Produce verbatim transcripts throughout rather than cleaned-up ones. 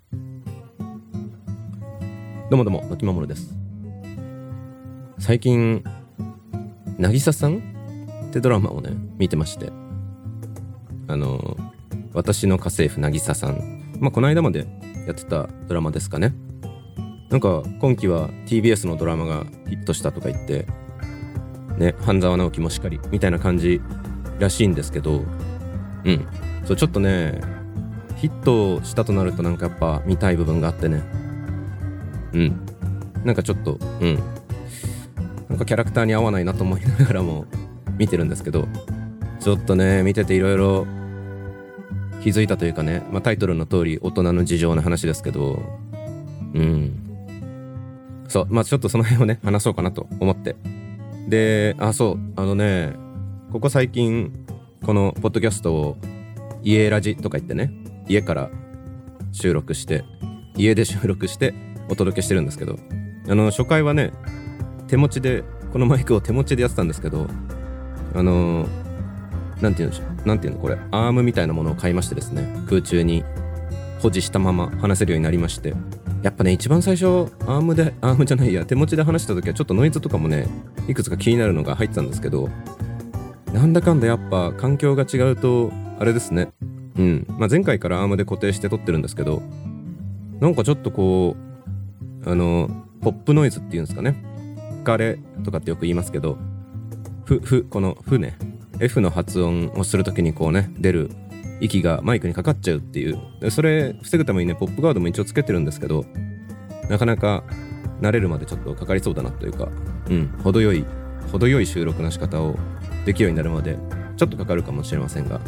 どうもどうも、のきまもるです。最近なぎささんってドラマをね見てまして、あの私の家政婦なぎささん、まあこの間までやってたドラマですかね。なんか今期は ティービーエス のドラマがヒットしたとか言ってね、半沢直樹もしかりみたいな感じらしいんですけど、うんそうちょっとねヒットしたとなるとなんかやっぱ見たい部分があってね、うんなんかちょっとうんなんかキャラクターに合わないなと思いながらも見てるんですけど、ちょっとね見てていろいろ気づいたというかね、まあ、タイトルの通り大人の事情の話ですけど、うんそうまあちょっとその辺をね話そうかなと思って、であそうあのねここ最近このポッドキャストを家ラジとか言ってね、家から収録して家で収録してお届けしてるんですけど、あの初回はね手持ちでこのマイクを手持ちでやってたんですけど、あのなんていうんでしょうなんていうのこれアームみたいなものを買いましてですね、空中に保持したまま話せるようになりまして、やっぱね一番最初アームでアームじゃないや手持ちで話した時はちょっとノイズとかもねいくつか気になるのが入ってたんですけど、なんだかんだやっぱ環境が違うとあれですね、うんまあ前回からアームで固定して撮ってるんですけど、なんかちょっとこうあのポップノイズっていうんですかね、フカレとかってよく言いますけど、ふふこのふね F の発音をするときにこうね出る息がマイクにかかっちゃうっていう、でそれ防ぐためにねポップガードも一応つけてるんですけど、なかなか慣れるまでちょっとかかりそうだなというか、うん程よい程よい収録の仕方をできるようになるまでちょっとかかるかもしれませんが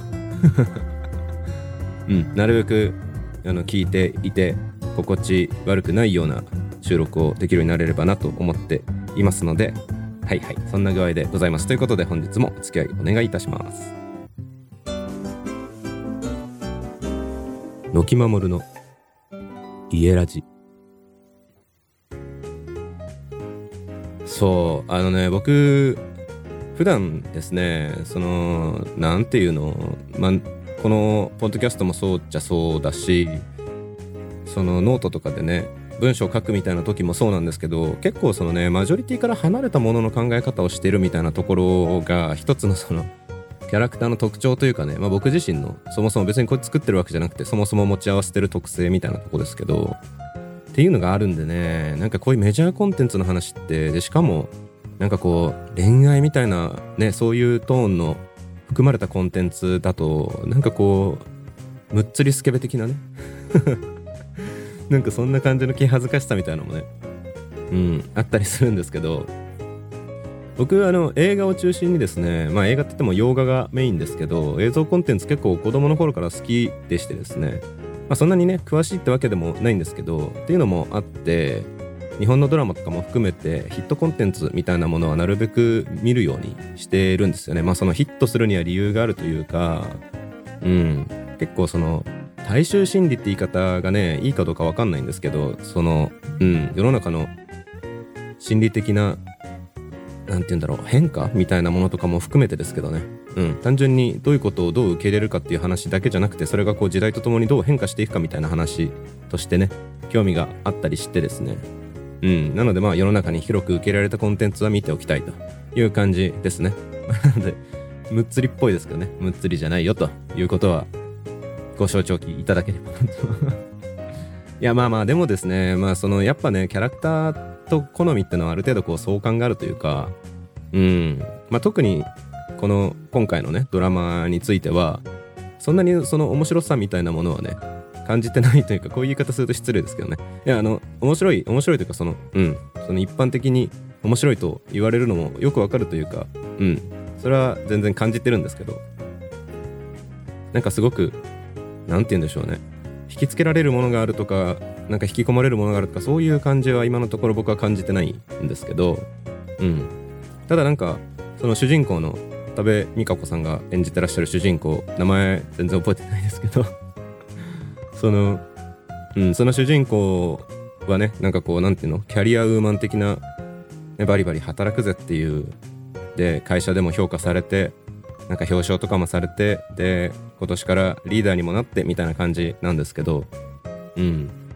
うんなるべくあの聞いていて心地悪くないような収録をできるようになれればなと思っていますので、はいはいそんな具合でございます。ということで本日もお付き合いお願いいたします。のきまもるの家ラジ。そうあのね僕普段ですねそのなんていうのまあこのポッドキャストもそうじゃそうだし、そのノートとかでね文章を書くみたいな時もそうなんですけど、結構そのねマジョリティから離れたものの考え方をしているみたいなところが一つのそのキャラクターの特徴というかね、まあ、僕自身のそもそも別にこれ作ってるわけじゃなくてそもそも持ち合わせてる特性みたいなとこですけどっていうのがあるんでね、なんかこういうメジャーコンテンツの話ってでしかもなんかこう恋愛みたいなねそういうトーンの含まれたコンテンツだとなんかこうむっつりスケベ的なねなんかそんな感じの気恥ずかしさみたいなのもねうんあったりするんですけど、僕あの映画を中心にですね、まあ映画って言っても洋画がメインですけど映像コンテンツ結構子供の頃から好きでしてですね、まあそんなにね詳しいってわけでもないんですけどっていうのもあって日本のドラマとかも含めてヒットコンテンツみたいなものはなるべく見るようにしてるんですよね。まあそのヒットするには理由があるというか、うん結構その大衆心理って言い方がねいいかどうか分かんないんですけど、そのうん世の中の心理的ななんて言うんだろう変化みたいなものとかも含めてですけどね、うん単純にどういうことをどう受け入れるかっていう話だけじゃなくて、それがこう時代とともにどう変化していくかみたいな話としてね興味があったりしてですね、うんなのでまあ世の中に広く受け入れられたコンテンツは見ておきたいという感じですねなのでむっつりっぽいですけどね、むっつりじゃないよということはご承知いただければといやまあまあでもですね、まあそのやっぱねキャラクターと好みってのはある程度こう相関があるというか、うんまあ特にこの今回のねドラマについてはそんなにその面白さみたいなものはね感じてないというか、こういう言い方すると失礼ですけどね、いやあの面白い面白いというかそのうんその一般的に面白いと言われるのもよくわかるというか、うんそれは全然感じてるんですけど、なんかすごくなんて言うんでしょうね、引きつけられるものがあるとかなんか引き込まれるものがあるとかそういう感じは今のところ僕は感じてないんですけど、うんただなんかその主人公の多部未華子さんが演じてらっしゃる主人公、名前全然覚えてないですけどそのうんその主人公はねなんかこうなんていうのキャリアウーマン的な、ね、バリバリ働くぜっていうで会社でも評価されてなんか表彰とかもされてで今年からリーダーにもなってみたいな感じなんですけど、うん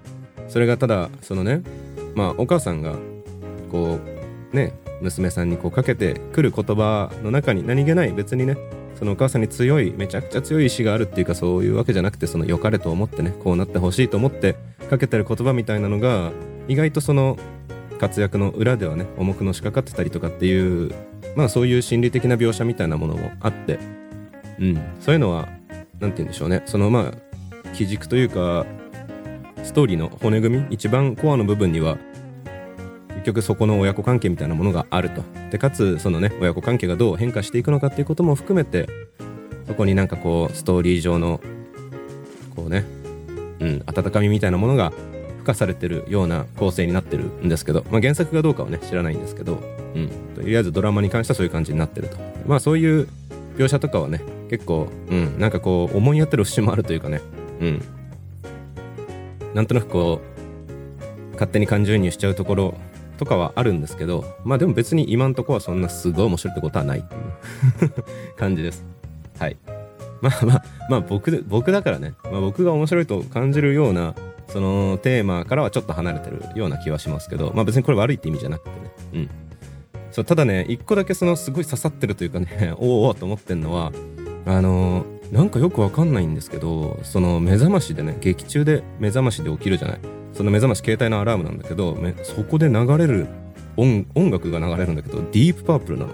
それがただそのね、まあお母さんがこうね娘さんにこうかけてくる言葉の中に何気ない、別にねそのお母さんに強いめちゃくちゃ強い意志があるっていうか、そういうわけじゃなくて、その良かれと思ってね、こうなってほしいと思ってかけてる言葉みたいなのが意外とその活躍の裏ではね重くのしかかってたりとかっていう、まあそういう心理的な描写みたいなものもあって、うん、そういうのはなんて言うんでしょうね、そのまあ基軸というかストーリーの骨組み、一番コアの部分には結局そこの親子関係みたいなものがあると。でかつそのね親子関係がどう変化していくのかっていうことも含めて、そこになんかこうストーリー上のこうね、うん、温かみみたいなものが付加されてるような構成になってるんですけど、まあ、原作がどうかはね知らないんですけど、うん、とりあえずドラマに関してはそういう感じになってると。まあそういう描写とかはね結構、うん、なんかこう思いやってる節もあるというかね、うん、なんとなくこう勝手に感情移入しちゃうところとかはあるんですけど、まあでも別に今んとこはそんなすごい面白いってことはないっていう感じです。はい。まあまあまあ僕僕だからね、まあ、僕が面白いと感じるようなそのテーマからはちょっと離れてるような気はしますけど、まあ別にこれ悪いって意味じゃなくてね、うん。そうただね一個だけそのすごい刺さってるというかねおおおと思ってんのは、あのー、なんかよくわかんないんですけど、その目覚ましでね、劇中で目覚ましで起きるじゃない。その目覚まし携帯のアラームなんだけど、そこで流れる 音, 音楽が流れるんだけど、ディープパープルなの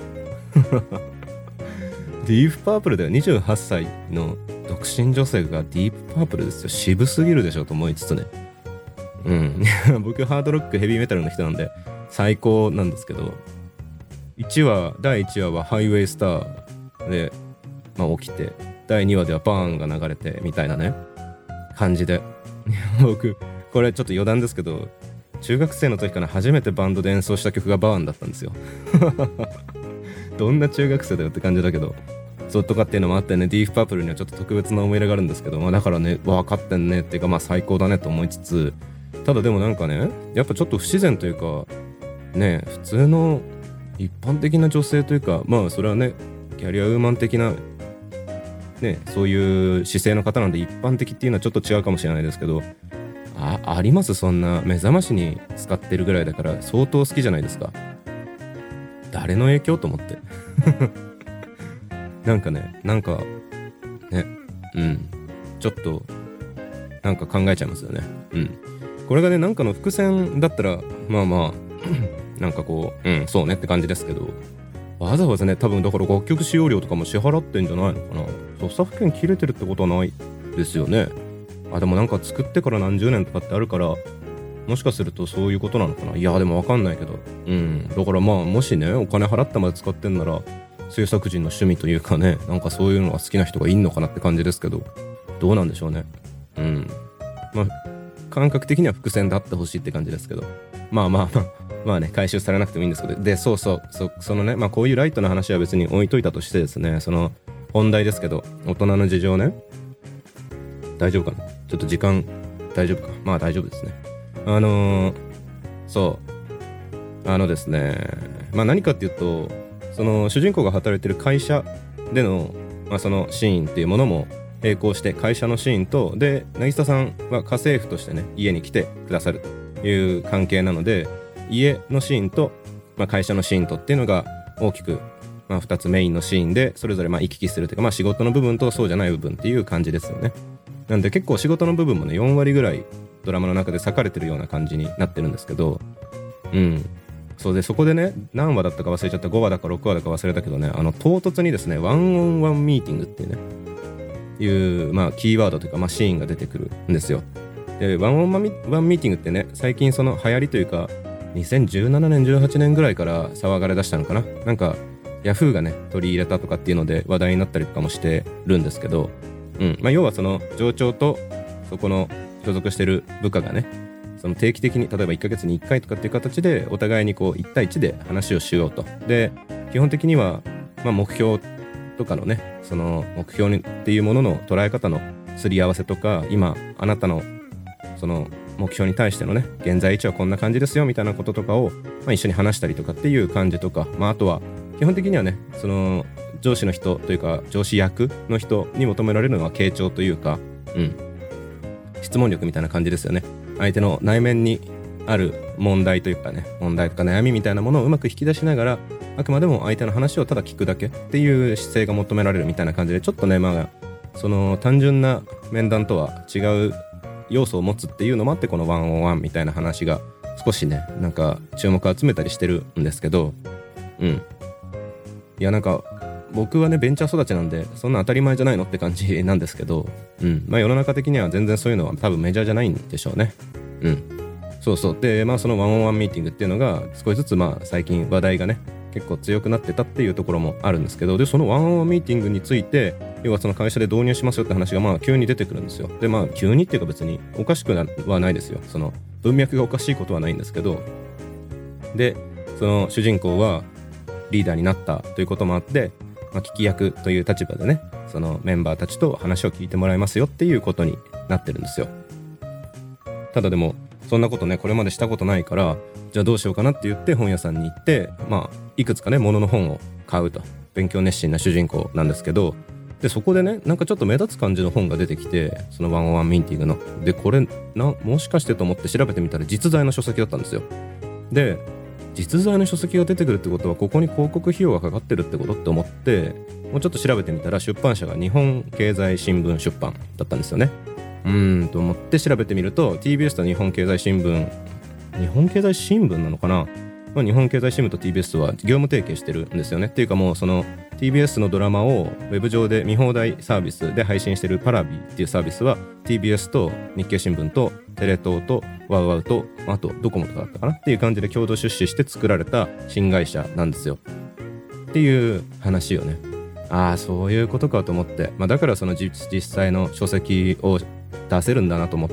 ディープパープルだよ。にじゅうはっさいの独身女性がディープパープルですよ。渋すぎるでしょと思いつつね、うん僕ハードロックヘビーメタルの人なんで最高なんですけど、いちわだいいちわはハイウェイスターで、まあ、起きて、だいにわではバーンが流れてみたいなね感じで僕これちょっと余談ですけど、中学生の時から初めてバンドで演奏した曲がバーンだったんですよどんな中学生だよって感じだけど、そうとかっていうのもあってね、ディープパープルにはちょっと特別な思い入れがあるんですけど、まあ、だからね分かってんねっていうか、まあ最高だねと思いつつ、ただでもなんかねやっぱちょっと不自然というかね、普通の一般的な女性というか、まあそれはねキャリアウーマン的なね、そういう姿勢の方なんで一般的っていうのはちょっと違うかもしれないですけど、あ, ありますそんな目覚ましに使ってるぐらいだから相当好きじゃないですか。誰の影響と思ってなんかねなんかねうんちょっとなんか考えちゃいますよね。うんこれがねなんかの伏線だったらまあまあなんかこううんそうねって感じですけど、わざわざね多分だから楽曲使用料とかも支払ってんじゃないのかな。著作権切れてるってことはないですよね。あでもなんか作ってから何十年とかってあるから、もしかするとそういうことなのかな。いやでもわかんないけど、うんだからまあもしねお金払ってまで使ってんなら制作人の趣味というかね、なんかそういうのが好きな人がいんのかなって感じですけど、どうなんでしょうね。うんまあ感覚的には伏線であってほしいって感じですけど、まあまあまあまあね回収されなくてもいいんですけど、でそうそうそそのねまあこういうライトな話は別に置いといたとしてですね、その本題ですけど、大人の事情ね、大丈夫かな、ちょっと時間大丈夫か、まあ大丈夫ですね。あのー、そうあのですねまあ何かっていうと、その主人公が働いてる会社での、まあ、そのシーンっていうものも並行して会社のシーンとで、渚さんは家政婦としてね家に来てくださるという関係なので、家のシーンと、まあ、会社のシーンとっていうのが大きく、まあ、ふたつメインのシーンでそれぞれまあ行き来するというか、まあ、仕事の部分とそうじゃない部分っていう感じですよね。なんで結構仕事の部分もねよんわりぐらいドラマの中で割かれてるような感じになってるんですけど、うんそうでそこでね何話だったか忘れちゃった、ごわだかろくわだか忘れたけどね、あの唐突にですねワンオンワンミーティングっていうねいうまあキーワードというか、まあ、シーンが出てくるんですよ。でワンオンワンミーティングってね最近その流行りというかにせんじゅうななねんじゅうはちねんぐらいから騒がれ出したのかな。なんかヤフーがね取り入れたとかっていうので話題になったりとかもしてるんですけど、うんまあ、要はその上長とそこの所属してる部下がねその定期的に例えばいっかげつにいっかいとかっていう形でお互いにこういち対いちで話をしようと。で基本的には、まあ、目標とかのねその目標っていうものの捉え方のすり合わせとか、今あなたのその目標に対してのね現在位置はこんな感じですよみたいなこととかを、まあ、一緒に話したりとかっていう感じとか、まあ、あとは基本的にはねその上司の人というか上司役の人に求められるのは傾聴というか、うん質問力みたいな感じですよね。相手の内面にある問題というかね、問題とか悩みみたいなものをうまく引き出しながら、あくまでも相手の話をただ聞くだけっていう姿勢が求められるみたいな感じで、ちょっとね、まあその単純な面談とは違う要素を持つっていうのもあって、このワンオンワンみたいな話が少しね、なんか注目を集めたりしてるんですけど、うん。いや、なんか僕はね、ベンチャー育ちなんで、そんな当たり前じゃないのって感じなんですけど、うん。まあ世の中的には全然そういうのは多分メジャーじゃないんでしょうね。うん。そうそう。で、まあそのワンオンワンミーティングっていうのが少しずつまあ最近話題がね、結構強くなってたっていうところもあるんですけど、で、そのワンオンワンミーティングについて、要はその会社で導入しますよって話がまあ急に出てくるんですよ。で、まあ急にっていうか別におかしくはないですよ。その文脈がおかしいことはないんですけど、で、その主人公はリーダーになったということもあって、まあ、聞き役という立場でね、そのメンバーたちと話を聞いてもらいますよっていうことになってるんですよ。ただでもそんなことね、これまでしたことないから、じゃあどうしようかなって言って本屋さんに行って、まあいくつかね、ものの本を買うと。勉強熱心な主人公なんですけど、でそこでね、なんかちょっと目立つ感じの本が出てきて、そのワンオンワンミーティングので、これな、もしかしてと思って調べてみたら実在の書籍だったんですよ。で、実在の書籍が出てくるってことは、ここに広告費用がかかってるってことって思って、もうちょっと調べてみたら、出版社が日本経済新聞出版だったんですよね。うーんと思って調べてみると、 ティービーエス と日本経済新聞、日本経済新聞なのかな、まあ、日本経済新聞と ティービーエス は業務提携してるんですよね。っていうか、もうその ティービーエス のドラマをウェブ上で見放題サービスで配信してるパラビっていうサービスは ティービーエス と日経新聞とテレ東とワウワウと、あとドコモとかだったかなっていう感じで共同出資して作られた新会社なんですよっていう話よね。ああ、そういうことかと思って、まあ、だからその 実, 実際の書籍を出せるんだなと思って。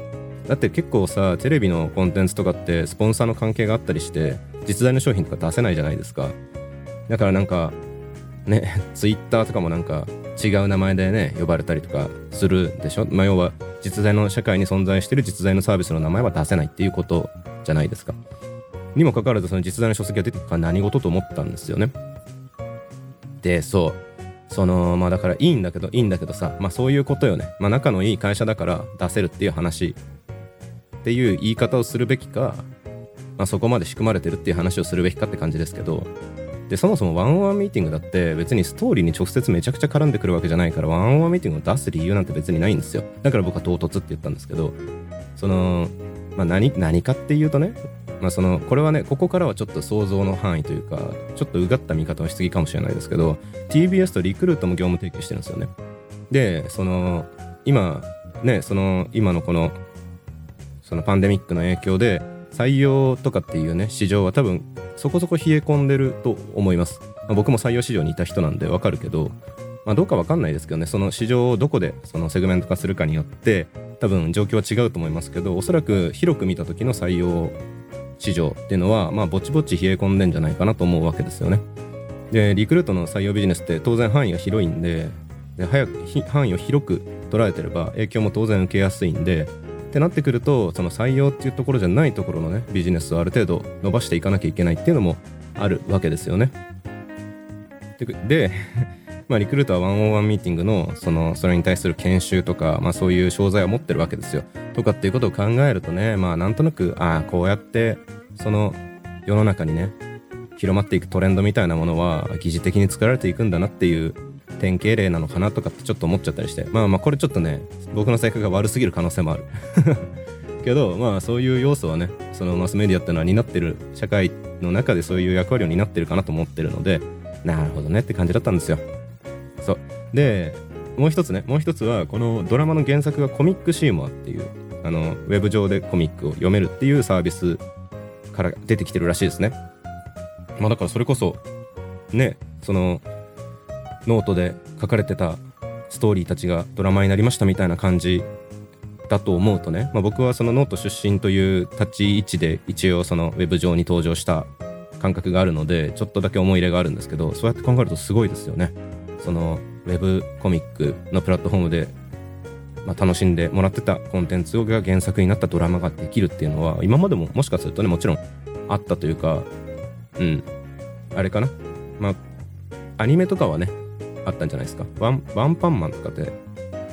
だって結構さ、テレビのコンテンツとかってスポンサーの関係があったりして実在の商品とか出せないじゃないですか。だからなんかね、ツイッターとかもなんか違う名前でね呼ばれたりとかするでしょ。まあ要は実在の社会に存在している実在のサービスの名前は出せないっていうことじゃないですか。にもかかわらずその実在の書籍が出てくるから何事と思ったんですよね。で、そうそのまあだからいいんだけどいいんだけどさ、まあそういうことよね。まあ仲のいい会社だから出せるっていう話っていう言い方をするべきか、まあ、そこまで仕組まれてるっていう話をするべきかって感じですけど、でそもそもワンオンワンミーティングだって別にストーリーに直接めちゃくちゃ絡んでくるわけじゃないから、ワンオンワンミーティングを出す理由なんて別にないんですよ。だから僕は唐突って言ったんですけど、その、まあ、何何かっていうとね、まあ、そのこれはね、ここからはちょっと想像の範囲というか、ちょっとうがった見方をしすぎかもしれないですけど、 ティービーエス とリクルートも業務提携してるんですよね。で、その今ね、その今のこのそのパンデミックの影響で採用とかっていうね市場は多分そこそこ冷え込んでると思います。まあ、僕も採用市場にいた人なんでわかるけど、まあ、どうかわかんないですけどね、その市場をどこでそのセグメント化するかによって多分状況は違うと思いますけど、おそらく広く見た時の採用市場っていうのはまあぼちぼち冷え込んでんじゃないかなと思うわけですよね。で、リクルートの採用ビジネスって当然範囲が広いんで、で早く範囲を広く捉えてれば影響も当然受けやすいんで、ってなってくると、その採用っていうところじゃないところのねビジネスをある程度伸ばしていかなきゃいけないっていうのもあるわけですよね。で, でまあリクルートはワンオンワンミーティングのそのそれに対する研修とか、まあそういう商材を持ってるわけですよとかっていうことを考えるとね、まあなんとなく、ああこうやってその世の中にね広まっていくトレンドみたいなものは疑似的に作られていくんだなっていう典型例なのかなとかってちょっと思っちゃったりして、まあまあこれちょっとね僕の性格が悪すぎる可能性もあるけど、まあそういう要素はね、そのマスメディアってのは担ってる、社会の中でそういう役割を担ってるかなと思ってるので、なるほどねって感じだったんですよ。そうで、もう一つねもう一つはこのドラマの原作がコミックシーモアっていうあのウェブ上でコミックを読めるっていうサービスから出てきてるらしいですね。まあだからそれこそね、そのノートで書かれてたストーリーたちがドラマになりましたみたいな感じだと思うとね、まあ、僕はそのノート出身という立ち位置で一応そのウェブ上に登場した感覚があるので、ちょっとだけ思い入れがあるんですけど、そうやって考えるとすごいですよね。そのウェブコミックのプラットフォームで、まあ、楽しんでもらってたコンテンツが原作になったドラマができるっていうのは今までももしかするとねもちろんあったというか、うんあれかな、まあアニメとかはねあったんじゃないですか。ワン、ワンパンマンとかって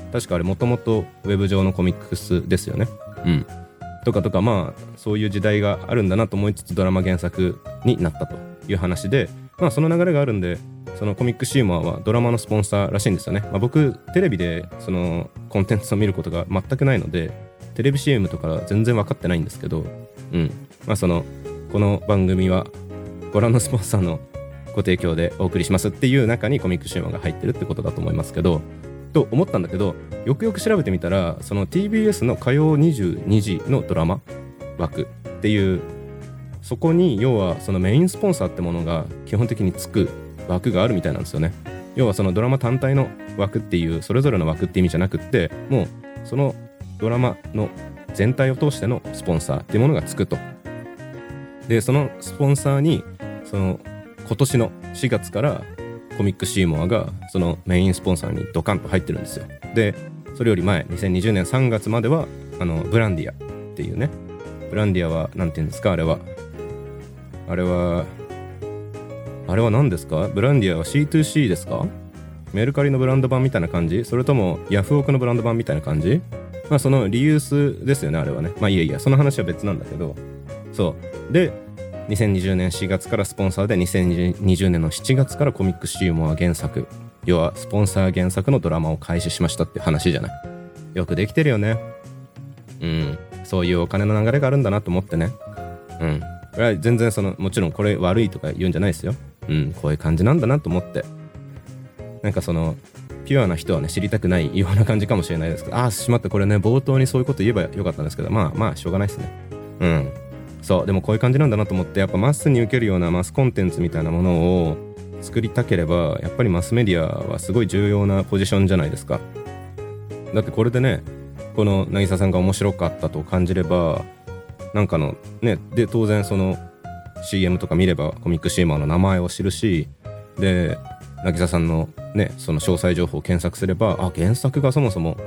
確かあれもともとウェブ上のコミックスですよね。うんとかとか、まあそういう時代があるんだなと思いつつドラマ原作になったという話で、まあその流れがあるんで、そのコミックシーモアはドラマのスポンサーらしいんですよね。まあ、僕テレビでそのコンテンツを見ることが全くないのでテレビ シーエム とか全然分かってないんですけど、うんまあそのこの番組はご覧のスポンサーのご提供でお送りしますっていう中にコミックシーモアが入ってるってことだと思いますけど、と思ったんだけど、よくよく調べてみたらその ティービーエス の火曜にじゅうにじのドラマ枠っていう、そこに要はそのメインスポンサーってものが基本的につく枠があるみたいなんですよね。要はそのドラマ単体の枠っていうそれぞれの枠って意味じゃなくって、もうそのドラマの全体を通してのスポンサーっていうものがつくと。でそのスポンサーにその今年のしがつからコミックシーモアがそのメインスポンサーにドカンと入ってるんですよ。でそれより前にせんにじゅうねんさんがつまではあのブランディアっていうね、ブランディアはなんていうんですか、あれはあれはあれは何ですか、ブランディアは シーツーシー ですか、メルカリのブランド版みたいな感じ、それともヤフオクのブランド版みたいな感じ、まあそのリユースですよねあれはね。まあいやいやその話は別なんだけど、そうでにせんにじゅうねんしがつからスポンサーでにせんにじゅうねんのしちがつからコミックシーモア原作、要はスポンサー原作のドラマを開始しましたって話じゃない。よくできてるよね。うんそういうお金の流れがあるんだなと思ってね。うんこれは全然そのもちろんこれ悪いとか言うんじゃないですよ。うんこういう感じなんだなと思って、なんかそのピュアな人はね知りたくないような感じかもしれないですけど、ああしまってこれね冒頭にそういうこと言えばよかったんですけど、まあまあしょうがないですね。うんそうでもこういう感じなんだなと思って、やっぱマスに受けるようなマスコンテンツみたいなものを作りたければやっぱりマスメディアはすごい重要なポジションじゃないですか。だってこれでねこの渚さんが面白かったと感じればなんかのねで当然その シーエム とか見ればコミックシーモアの名前を知るし、で渚さんのねその詳細情報を検索すればあ原作がそもそも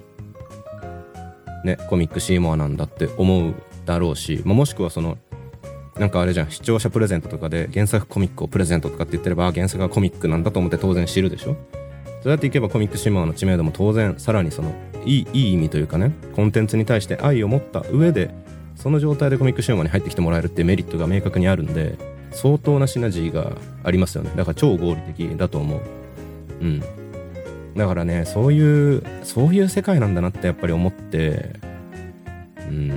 ねコミックシーモアなんだって思うだろうし、まあ、もしくはそのなんかあれじゃん、視聴者プレゼントとかで原作コミックをプレゼントとかって言ってれば原作がコミックなんだと思って当然知るでしょ。そうやっていけばコミックシーモアの知名度も当然さらにそのいい、いい意味というかねコンテンツに対して愛を持った上でその状態でコミックシーモアに入ってきてもらえるっていうメリットが明確にあるんで相当なシナジーがありますよね。だから超合理的だと思う。うんだからねそういうそういう世界なんだなってやっぱり思って、うん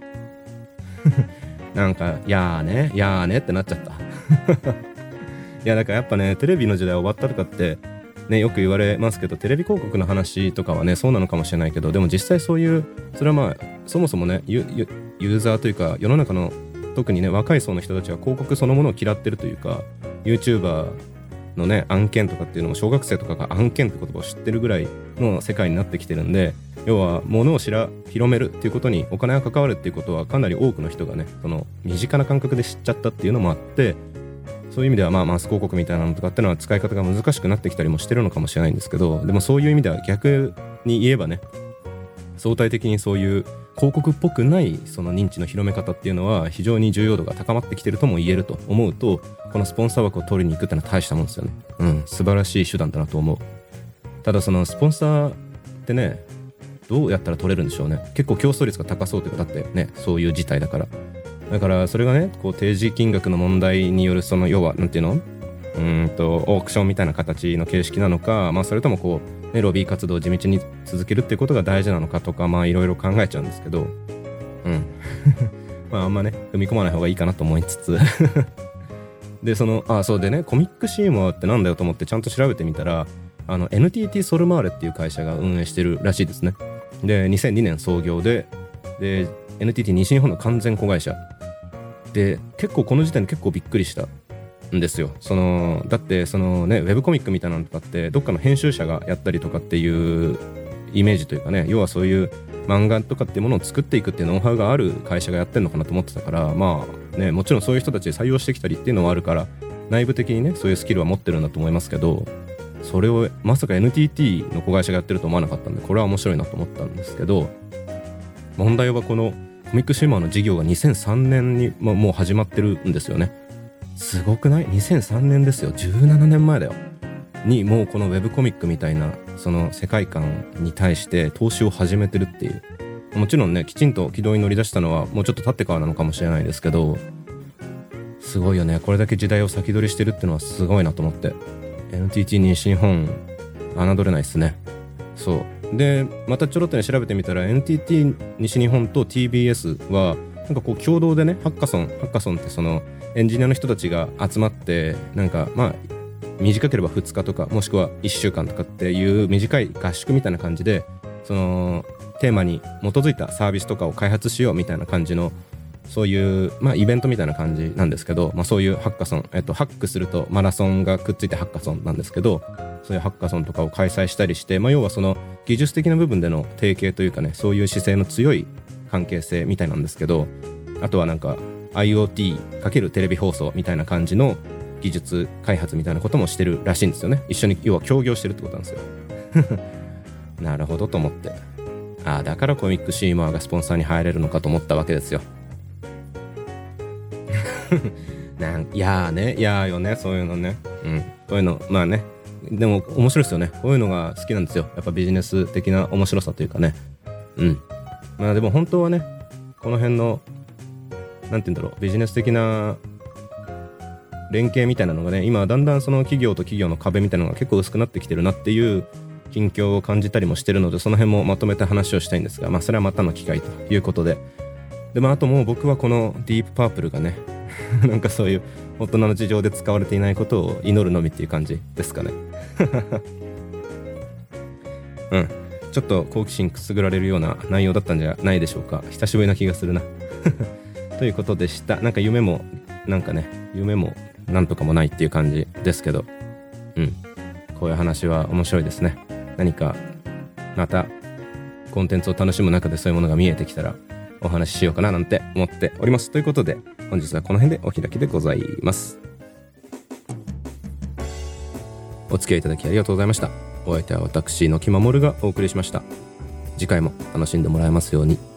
なんかやーねやーねってなっちゃったいやだからやっぱねテレビの時代終わったとかってねよく言われますけど、テレビ広告の話とかはねそうなのかもしれないけど、でも実際そういうそれはまあそもそもねユ, ユ, ユーザーというか世の中の特にね若い層の人たちは広告そのものを嫌ってるというか、 YouTuber のね案件とかっていうのも小学生とかが案件って言葉を知ってるぐらいの世界になってきてるんで、要は物を知ら広めるっていうことにお金が関わるっていうことはかなり多くの人がねその身近な感覚で知っちゃったっていうのもあって、そういう意味ではまあマス広告みたいなのとかっていうのは使い方が難しくなってきたりもしてるのかもしれないんですけど、でもそういう意味では逆に言えばね相対的にそういう広告っぽくないその認知の広め方っていうのは非常に重要度が高まってきてるとも言えると思うと、このスポンサー枠を取りに行くってのは大したもんですよね。うん素晴らしい手段だなと思う。ただそのスポンサーってねどうやったら取れるんでしょうね。結構競争率が高そうというか、だってねそういう事態だからだからそれがねこう提示金額の問題によるその要はなんていうのうーんとオークションみたいな形の形式なのか、まあそれともこう、ね、ロビー活動を地道に続けるっていうことが大事なのかとか、まあいろいろ考えちゃうんですけど、うんまああんまね踏み込まない方がいいかなと思いつつでそのあそうでねコミックシーモアってなんだよと思ってちゃんと調べてみたら、あの エヌティーティー ソルマーレっていう会社が運営してるらしいですね。でにせんにねん創業でで エヌティーティー 西日本の完全子会社で、結構この時点で結構びっくりしたんですよ。そのだってそのねウェブコミックみたいなのとかってどっかの編集者がやったりとかっていうイメージというかね、要はそういう漫画とかっていうものを作っていくっていうノウハウがある会社がやってるのかなと思ってたから、まあねもちろんそういう人たち採用してきたりっていうのはあるから内部的にねそういうスキルは持ってるんだと思いますけど、それをまさか エヌティーティー の子会社がやってると思わなかったんで、これは面白いなと思ったんですけど、問題はこのコミックシーモアの事業がにせんさんねんにもう始まってるんですよね。すごくない？にせんさんねんですよ。じゅうななねんまえだよにもうこのウェブコミックみたいなその世界観に対して投資を始めてるっていう、もちろんねきちんと軌道に乗り出したのはもうちょっと経ってからなのかもしれないですけど、すごいよね。これだけ時代を先取りしてるってのはすごいなと思って、 エヌティーティー 西日本侮れないっすね。そうでまたちょろっとね調べてみたら エヌティーティー 西日本と ティービーエス はなんかこう共同でねハッカソンハッカソンってそのエンジニアの人たちが集まってなんかまあ短ければふつかとかもしくはいっしゅうかんとかっていう短い合宿みたいな感じでそのテーマに基づいたサービスとかを開発しようみたいな感じのそういう、まあ、イベントみたいな感じなんですけど、まあ、そういうハッカソン、えっと、ハックするとマラソンがくっついてハッカソンなんですけど、そういうハッカソンとかを開催したりして、まあ、要はその技術的な部分での提携というかね、そういう姿勢の強い関係性みたいなんですけど、あとはなんか IoT× テレビ放送みたいな感じの技術開発みたいなこともしてるらしいんですよね。一緒に要は協業してるってことなんですよなるほどと思って、ああだからコミックシーマーがスポンサーに入れるのかと思ったわけですよなんいやーねいやーよねそういうのね、うんこういうのまあねでも面白いですよね。こういうのが好きなんですよ。やっぱビジネス的な面白さというかね。うんまあでも本当はねこの辺のなんて言うんだろうビジネス的な連携みたいなのがね今だんだんその企業と企業の壁みたいなのが結構薄くなってきてるなっていう近況を感じたりもしてるので、その辺もまとめて話をしたいんですが、まあそれはまたの機会ということで、でまああともう僕はこのディープパープルがねなんかそういう大人の事情で使われていないことを祈るのみっていう感じですかねうんちょっと好奇心くすぐられるような内容だったんじゃないでしょうか。久しぶりな気がするなということでした。なんか夢もなんかね夢もなんとかもないっていう感じですけど、うんこういう話は面白いですね。何かまたコンテンツを楽しむ中でそういうものが見えてきたらお話ししようかななんて思っております。ということで本日はこの辺でお開きでございます。お付き合いいただきありがとうございました。お相手は私の木守がお送りしました。次回も楽しんでもらえますように。